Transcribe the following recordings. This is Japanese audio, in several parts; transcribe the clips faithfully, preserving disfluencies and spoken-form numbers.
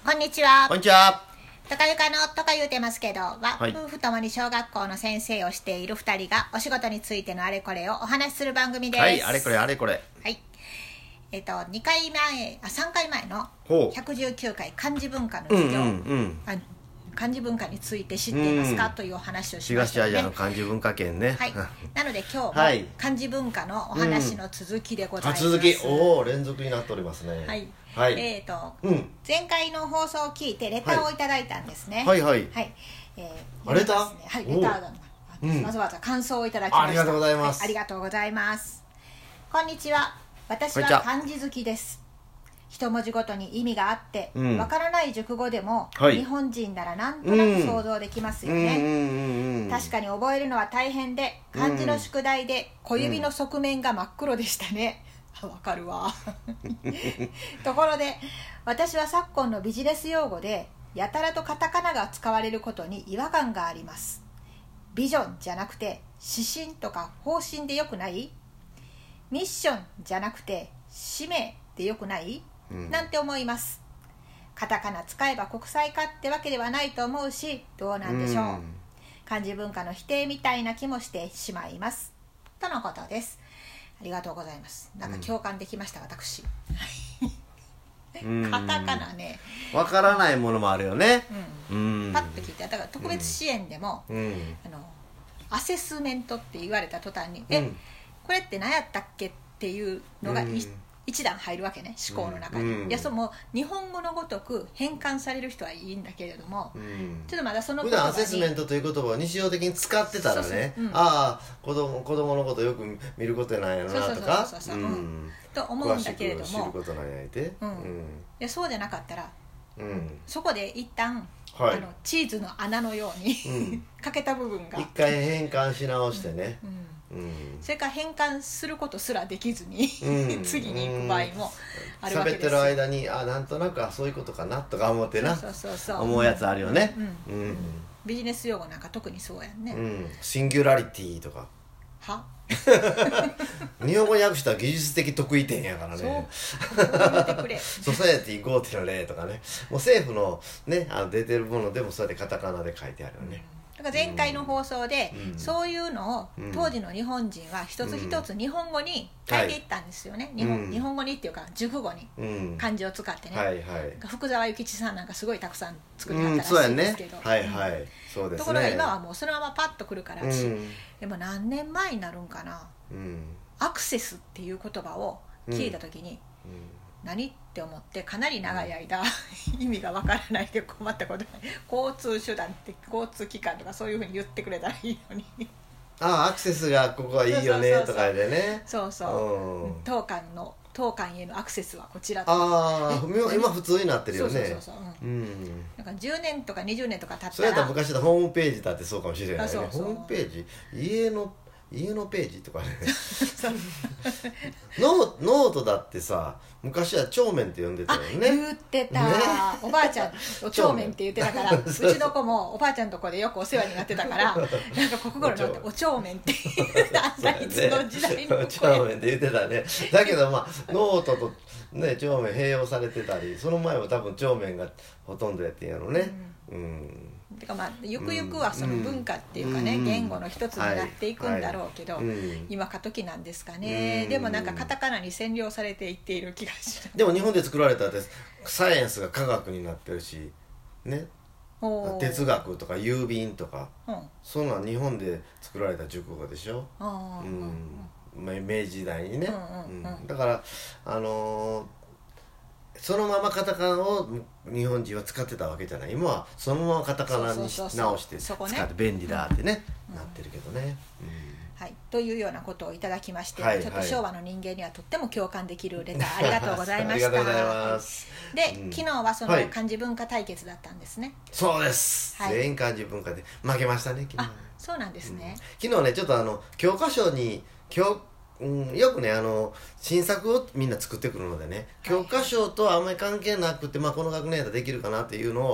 こんにちは。 こんにちは。 とかゆかのとか言うてますけどは、 はい、 夫婦ともに小学校の先生をしているふたりがお仕事についてのあれこれをお話しする番組です。 はい、あれこれあれこれ。 はい。えっ、ー、とにかいまえあさんかいまえのひゃくじゅうきゅうかい漢字文化の授業、うんうんうん、漢字文化について知っていますか、うん、というお話をしましたね。 東アジアの漢字文化圏ね。 はい。なので今日も漢字文化のお話の続きでございます。 うん、続き、おお連続になっておりますね。 はい。 はい、 えーとうん、 前回の放送を聞いてレターをいただいたんですね。 はいはいはい、えー、 あレター、 はい、レターが、うん、わざわざ感想をいただきました。 ありがとうございます、 はい、ありがとうございます。こんにちは。私は漢字好きです。一文字ごとに意味があってわ、うん、からない熟語でも、はい、日本人ならなんとなく想像できますよね。確かに覚えるのは大変で、漢字の宿題で小指の側面が真っ黒でしたね。わかるわところで私は昨今のビジネス用語でやたらとカタカナが使われることに違和感があります。ビジョンじゃなくて指針とか方針でよくない？ミッションじゃなくて使命でよくない、うん、なんて思います。カタカナ使えば国際化ってわけではないと思うし、どうなんでしょう、うん、漢字文化の否定みたいな気もしてしまいますとのことです。ありがとうございます。なんか共感できました、うん、私カタカナね、 わからないものもあるよね、 うんうん、パッと聞いて、だから特別支援でも、うん、あのアセスメントって言われた途端に、うん、えこれって何やったっけっていうのが、うん、一段入るわけね、思考の中に、うん、いやそうもう日本語のごとく変換される人はいいんだけれども、うん、ちょっとまだその言葉に普段アセスメントという言葉を日常的に使ってたらね、そうそう、うん、ああ子供、子供のことよく見ることなんやなとかと思うんだけれども、 知ることなんやいて、 うんうん、いやそうじゃなかったら、うん、そこで一旦、 はい、 あのチーズの穴のように、うん、欠けた部分が一回変換し直してね、うんうんうん、それから変換することすらできずに、うん、次に行く場合もあるわけですよ。 喋ってる間にあなんとなくそういうことかなとか思ってな、そうそうそうそう思うやつあるよね、うんうんうん、 ビジネス用語なんか特にそうやんね、うん、 シンギュラリティとかは日本語に訳したら技術的得意点やからね。ソサエティ ごてんゼロ とかね、もう政府のねあの出てるものでもそれでカタカナで書いてあるよね、 うん、だから前回の放送で、うん、そういうのを当時の日本人は一つ一つ日本語に変えていったんですよね、うん、日本、うん、日本語にっていうか熟語に漢字を使ってね、はいはい、福沢諭吉さんなんかすごいたくさん作りはったらしいんですけど、 うん、そうやね、はいはい、そうですね。 ところが今はもうそのままパッとくるから、うん、でも何年前になるんかな、うん、アクセスっていう言葉を聞いた時に、うんうん、何って思ってかなり長い間、うん、意味がわからないで困ったことない。交通手段って交通機関とかそういうふうに言ってくれたらいいのにああアクセスがここはいいよねとかでね、 そうそう、うん、当館の当館へのアクセスはこちらとああ今普通になってるよね。 そうそうそうそう、うんうん、なんかじゅうねんとかにじゅうねんとか経ったらそれやったら昔のホームページだってそうかもしれないね。そうそうホームページ家の家のページとかねノ, ノートだってさ昔は帳面って呼んでたよね。 言ってた、ね、おばあちゃんお帳面って言ってたからうちの子もおばあちゃんのとこでよくお世話になってたからなんか国語のノートお帳面ってあんたいつの時代のお帳面って言ってたね。だけどまあノートとね帳面併用されてたりその前は多分帳面がほとんどやってんやろね、うん、うんてかまあゆくゆくはその文化っていうかね、うん、言語の一つになっていくんだろうけど、はいはい、今過渡期なんですかね、うん、でもなんかカタカナに占領されていっている気がしる。 でも日本で作られたってサイエンスが科学になってるしね、哲学とか郵便とか、うん、そんなん日本で作られた熟語でしょ、うん、明治時代にね、うんうんうん、だからあのーそのままカタカナを日本人は使ってたわけじゃない。今はそのままカタカナに直して使って便利だってね、うん、なってるけどね、 うんはい、というようなことをいただきまして、はいはい、ちょっと昭和の人間にはとっても共感できるレターありがとうございましたありがとうございます。で、うん、昨日はその漢字文化対決だったんですね、 はい、そうです、はい、全員漢字文化で負けましたね昨日。 あ、そうなんですね、 うん、昨日ねちょっとあの教科書に教うん、よくねあの新作をみんな作ってくるのでね、教科書とはあんまり関係なくて、まあ、この学年だったらできるかなっていうのを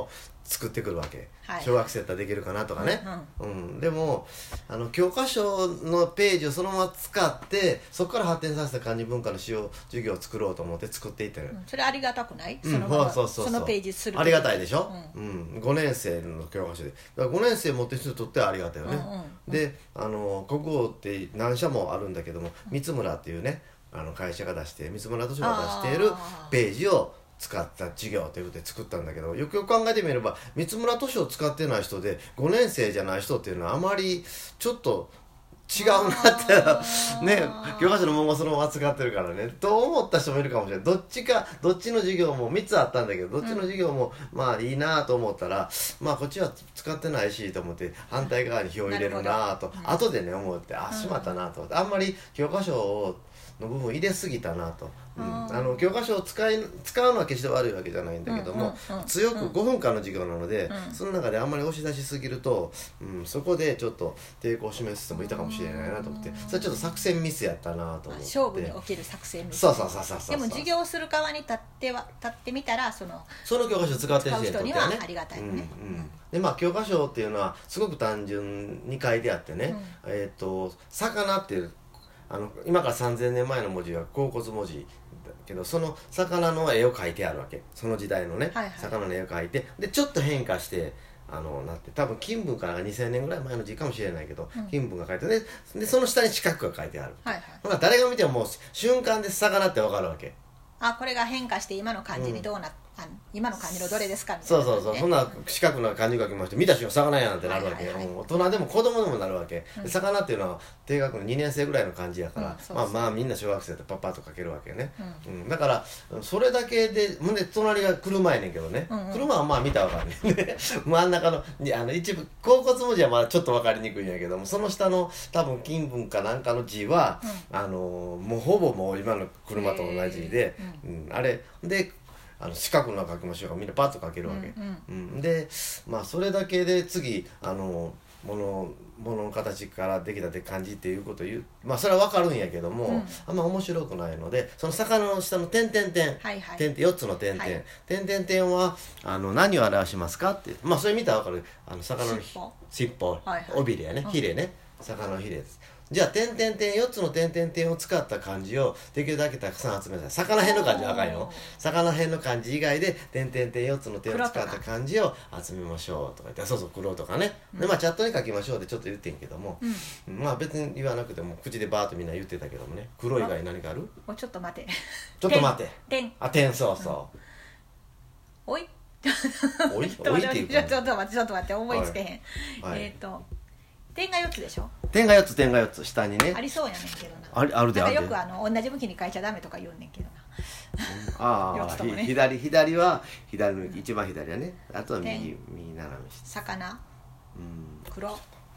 作ってくるわけ、 はい、 小学生だったらできるかなとかね、うんうんうん、でもあの教科書のページをそのまま使ってそこから発展させた漢字文化の使用授業を作ろうと思って作っていってる、 うん、それありがたくない、 うん、 そのままそうそうそうそうそのページするありがたいでしょ、 うんうん、ごねん生の教科書でだからごねん生持ってる人にとってはありがたいよね、うんうんうん、であの国語って何社もあるんだけども三村っていうねあの会社が出して三村図書が出しているページを使った授業ということで作ったんだけど、よくよく考えてみれば三村図書を使ってない人でごねん生じゃない人っていうのはあまりちょっと違うなってね、教科書のままそのまま使ってるからねと思った人もいるかもしれない。どっちかどっちの授業もみっつあったんだけどどっちの授業もまあいいなと思ったら、うん、まあこっちは使ってないしと思って反対側に表を入れるなと、うん、後でね思ってあしまったなと思って、あんまり教科書をの部分入れすぎたなと、うん、あの教科書を使い使うのは決して悪いわけじゃないんだけども、うんうんうん、強くごふんかんの授業なので、うん、その中であんまり押し出しすぎると、うん、そこでちょっと抵抗を示す人もいたかもしれないなと思って、それちょっと作戦ミスやったなと思って、 勝負における作戦ミス、 そうそうそうそうそう。 でも授業をする側に立っては立ってみたらそのその教科書を使ってる人にはありがたいよね、 うんうん、でまあ教科書っていうのはすごく単純に書いてあってね、うん、えっ、ー、と魚っていうあの今からさんぜんねんまえの文字は甲骨文字だけど、その魚の絵を描いてあるわけ、その時代のね、はいはい、魚の絵を描いてでちょっと変化してあのなって多分金文からにせんねんぐらい前の字かもしれないけど、うん、金文が書いてででその下に四角が書いてある、はいはい、ほら誰が見てももう瞬間で魚って分かるわけ。 あ、これが変化して今の漢字にどうなっ、うん、あ今の漢字のどれですかみたいな、ね、そうそうそう、そんな四角な漢字書きまして見た瞬間魚やなんてなるわけ、はいはいはい、大人でも子供でもなるわけ、うん、魚っていうのは低学年にねん生ぐらいの漢字やから、うん、そうそう、まあまあみんな小学生ってパッパッと書けるわけね、うんうん、だからそれだけでほんで隣が車やねんけどね、うんうん、車はまあ見たら分かるね真ん中のあの一部甲骨文字はまだちょっと分かりにくいんやけども、その下の多分金文かなんかの字は、うん、あのもうほぼもう今の車と同じで、うんうん、あれであの四角の書きましょうかみんなパッと書けるわけ、うんうんうん、でまあそれだけで次あの物物の形からできたって感じっていうことを言う、まあそれは分かるんやけども、うん、あんま面白くないので、その魚の下の点々点、はいはい、点よっつの点々、はい、点々点はあの何を表しますかって、まあそれ見たら分かる、あの魚の尻尾、はいはい、尾びれやね、ヒレね、魚のヒレです。じゃあ点々点よっつの点々点を使った漢字をできるだけたくさん集めた。魚辺の漢字はあかんよ。魚辺の漢字以外で点々点よっつの点を使った漢字を集めましょうとか言って、そうそう黒とかね、うん、でまあチャットに書きましょうってちょっと言ってんけども、うん、まあ別に言わなくても口でバーッとみんな言ってたけどもね、黒以外何かある？ おちょっと待てちょっと待て点あ点そうそう、 うん、おいおいおいっていうかちょっと待ってちょっと待って思いつけへん、はい、えっ、ー、と点がよっつでしょ。 点がよっつ点がよっつ下にねありそうやねんけどな。 あるあるであるで。 よくあの同じ向きに書いちゃダメとか言うねんけどな。ああ、ね、左左は左の一番左やね。あとは右右斜め下。 魚。うん。黒。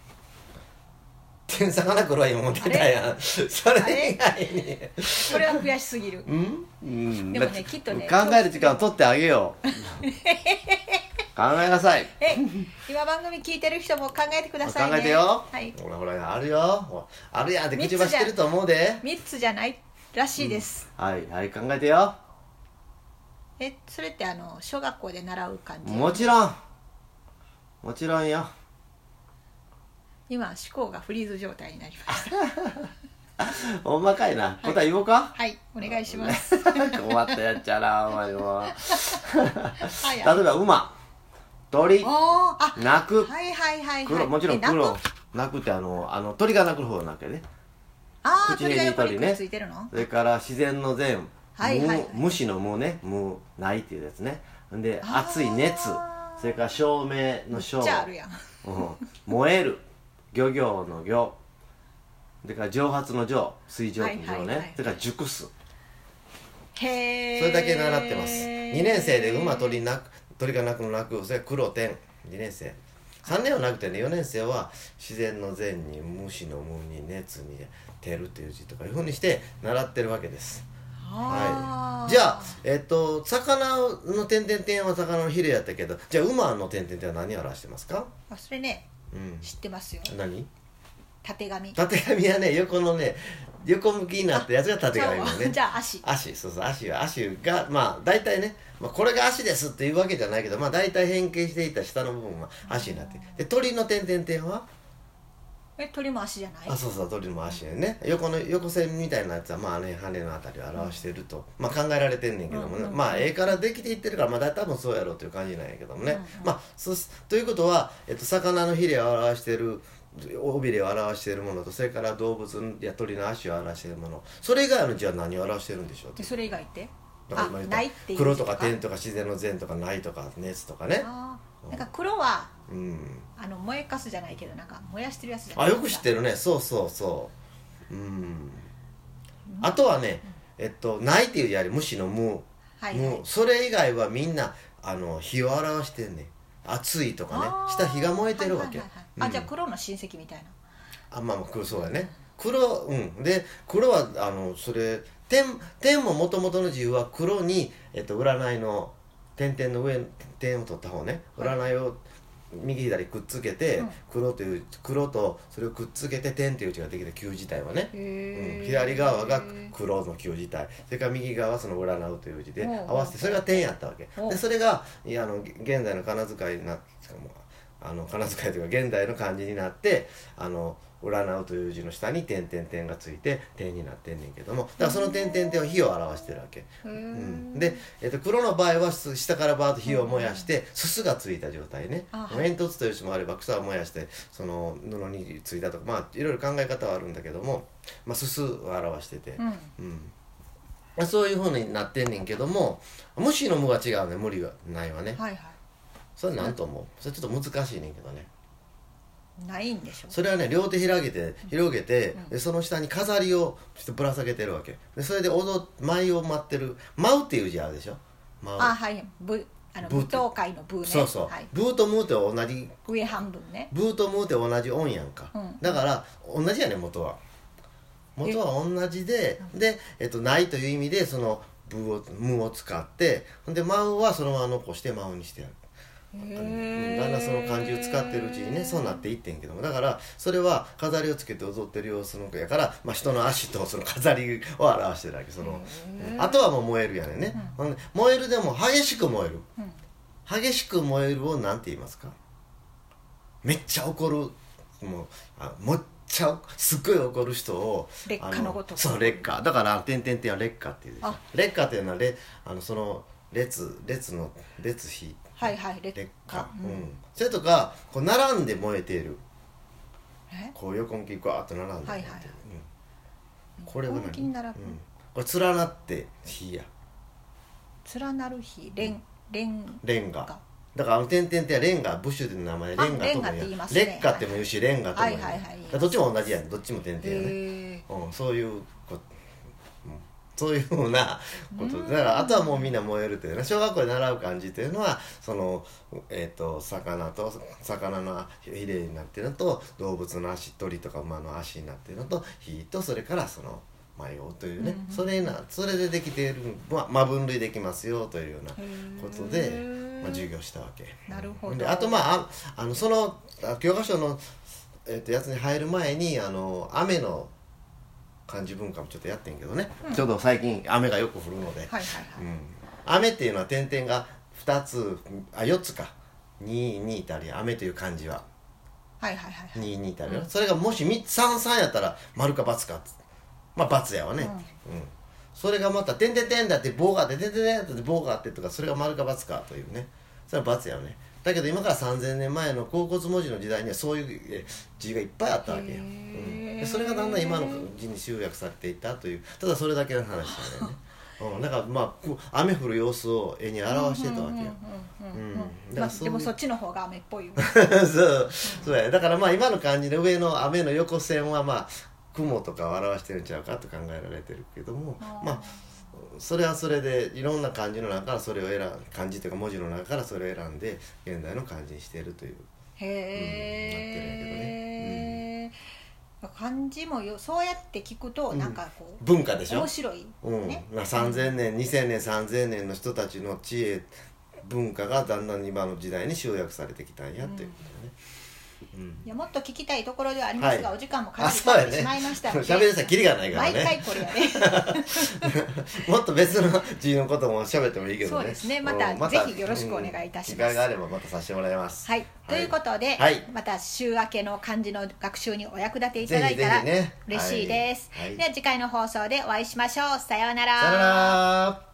点魚黒は今も出たやん。それ以外に。 これは悔しすぎる。 うん。うん。 でもねきっとね。 考える時間を取ってあげよう。考えなさい。 え、今番組聞いてる人も考えてくださいね。 考えてよ。 はい。 ほらほらあるよ。あるやんって口走ってると思うで。 みっつじゃないらしいです。 うん、はいはい考えてよ。 え、それってあの小学校で習う感じ？ もちろん。もちろんよ。 今思考がフリーズ状態になりました。 ほんまかいな、はい、答え言おうか。 はいお願いします。 困ったやっちゃなお前も。例えば馬。鳥、鳴く、 はいはいはいはい、 黒、もちろん黒、鳴くってあの、あの鳥が鳴く方鳴くやね。 ああ、鳥が横にくっついてるの？ それから自然の善、 はいはいはい、 虫の無ね、無ないっていうやつね。で、熱い熱、それから照明の照、 めっちゃあるやん。 うん、燃える、漁業の漁、それから蒸発の蒸、水蒸気の蒸ね、はいはいはい、それから熟す。 へー。 それだけ習ってます。にねん生で馬鳥鳴く。鳥が鳴くの鳴く、それは黒点にねん生、さんねんはなくてね、よねん生は自然の善に虫の無に熱に照るっていう字とかいうふうにして習ってるわけです。はい、じゃあ、えっと、魚の点々点は魚のヒレやったけど、じゃあ馬の点々点は何を表してますか？ あ、それね、うん、知ってますよ。 何？ 縦紙。 縦紙はね、横のね横向きになったやつが縦が今ね。 じゃあ足足そうそう足は足がまあ大体ね、まあ、これが足ですっていうわけじゃないけど、まあ大体変形していた下の部分は足になって、で鳥の点々点はえ鳥も足じゃない？ あそうそう鳥も足やね、横の横線みたいなやつはまあね羽のあたりを表してると、うん、まあ考えられてんねんけどもね、うんうん、まあ絵からできていってるからまだ多分そうやろうという感じなんやけどもね、うんうん、まあそということは、えっと、魚のヒレを表してる尾びれを表しているものと、それから動物や鳥の足を表しているもの、それ以外の字は何を表してるんでしょうって。 それ以外ってあないっていう黒とか点とか自然の善とかないとか熱とかね。あなんか黒は、うん、あの燃えかすじゃないけどなんか燃やしてるやつじゃない。 あよく知ってるね。そうそうそううん、うん、あとはね、えっとないっていう字あり虫の無、はいはい、それ以外はみんなあの火を表してんねん。熱いとかね下火が燃えてるわけ、はいはいはいはい、あじゃあ黒の親戚みたいな。 あまあまあ黒そうやね黒うんで黒はあのそれ点点ももともとの字は黒に、えっと、占いの点々の上点を取った方ね、占いを右左くっつけて、うん、黒という黒とそれをくっつけて点という字ができて球自体はね、うん、左側が黒の球自体、それから右側はその占うという字で合わせてそれが点やったわけで、それがいやあの現在の仮名遣いになってあの仮名遣いというか現代の漢字になってあの占うという字の下に点々点がついて点になってんねんけども、だからその点々点は火を表してるわけ、うん、で、えっと、黒の場合は下からバーッと火を燃やしてすすがついた状態ね、煙突という人もあれば草を燃やしてその布についたとかまあいろいろ考え方はあるんだけども、まあ、すすを表してて、うんうん、そういう風になってんねんけども、虫の無は違うね、無理がないわね、はいはい、それなんと思う？それちょっと難しいねんけどね。 ないんでしょ。 それはね両手広げて広げて、うん、でその下に飾りをぶら下げてるわけで、それで踊舞を舞ってる舞うっていう字あるでしょ。舞うあはいブあの舞踏会のブーね。 そうそう、はい、ブーとムーって同じ上半分ね。 ブーとムーって同じ音やんか、うん、だから同じやね元は元は同じで、で、えっと、ないという意味でそのブーをムーを使ってで舞うはそのまま残して舞うにしてやる。だんだんその漢字を使ってるうちにねそうなっていってんけども、だからそれは飾りをつけて踊ってる様子のやから、まあ、人の足とその飾りを表してるわけ。そのあとはもう燃えるやねんね、うん、燃えるでも激しく燃える、うん、激しく燃えるを何て言いますか？めっちゃ怒るもうあもっちゃすっごい怒る人を劣化のごとく。 そう劣化だから点々点は劣化っていうでしょ。劣化っていうのはレあのその列列の列比はいはい劣化、 うん、それとかこう並んで燃えているこう横向きにガーッと並んで燃えている、はいはいはいうん、これは何、うん、これ連なって火や連なる火レンレンレンガだからあの点々点はレンガブッシュでの名前レンガとも言いますね。劣化っても言うしレンガとも言う、はいはいはい、どっちも同じやんどっちも点々やね、うん、そういうこそういうふうなことで、だからあとはもうみんな燃えるというね、小学校で習う漢字というのはその、えー、と魚と魚のヒレになっているのと動物の足鳥とか馬の足になっているのと火とそれからその舞をというね、うん、それなそれでできている、ままあ、分類できますよというようなことで、まあ、授業したわけ。 なるほど。 であとまあ あ, あのその教科書の、えー、とやつに入る前にあの雨の漢字文化もちょっとやってんけどね、うん、ちょうど最近雨がよく降るので、はいはいはいうん、雨っていうのは点々がふたつあよっつかににってあるやん雨という漢字は、 はいはいはいはい、 ににってあるよ、うん、それがもしさんさんやったら丸か×かっつまあ×やわね、うんうん、それがまた点々点だって棒があって点々点だって棒があってとかそれが丸か×かというねそれは×やわね。だけど今からさんぜんねんまえの甲骨文字の時代にはそういう字がいっぱいあったわけよ、うん、でそれがだんだん今の字に集約されていったというただそれだけの話だよねうん、だからまあ雨降る様子を絵に表してたわけよでもそっちの方が雨っぽいよそうそうやだからまあ今の感じで上の雨の横線はまあ雲とかを表してるんちゃうかと考えられてるけどもまあそれはそれでいろんな漢字の中からそれを選ん漢字というか文字の中からそれを選んで現代の漢字にしているというへえ、うん、なってるんやけどね、うん、漢字もよそうやって聞くとなんかこう、 うん、文化でしょ面白い、 ねうん、さんぜんねんにせんねんさんぜんねんの人たちの知恵文化がだんだん今の時代に集約されてきたんやっていうことね、 うん、 いやもっと聞きたいところではありますが、はい、お時間もかなり経ってしまいましたので、 喋りさキリがないからね。 毎回これやねもっと別の自由のことも喋ってもいいけどね。そうですね。 また、またぜひよろしくお願いいたします。 機会があればまたさせてもらいます。 はい。はい、ということで、はい、また週明けの漢字の学習にお役立ていただいたら嬉しいです。はいはい、では次回の放送でお会いしましょう。さようなら。 さようなら。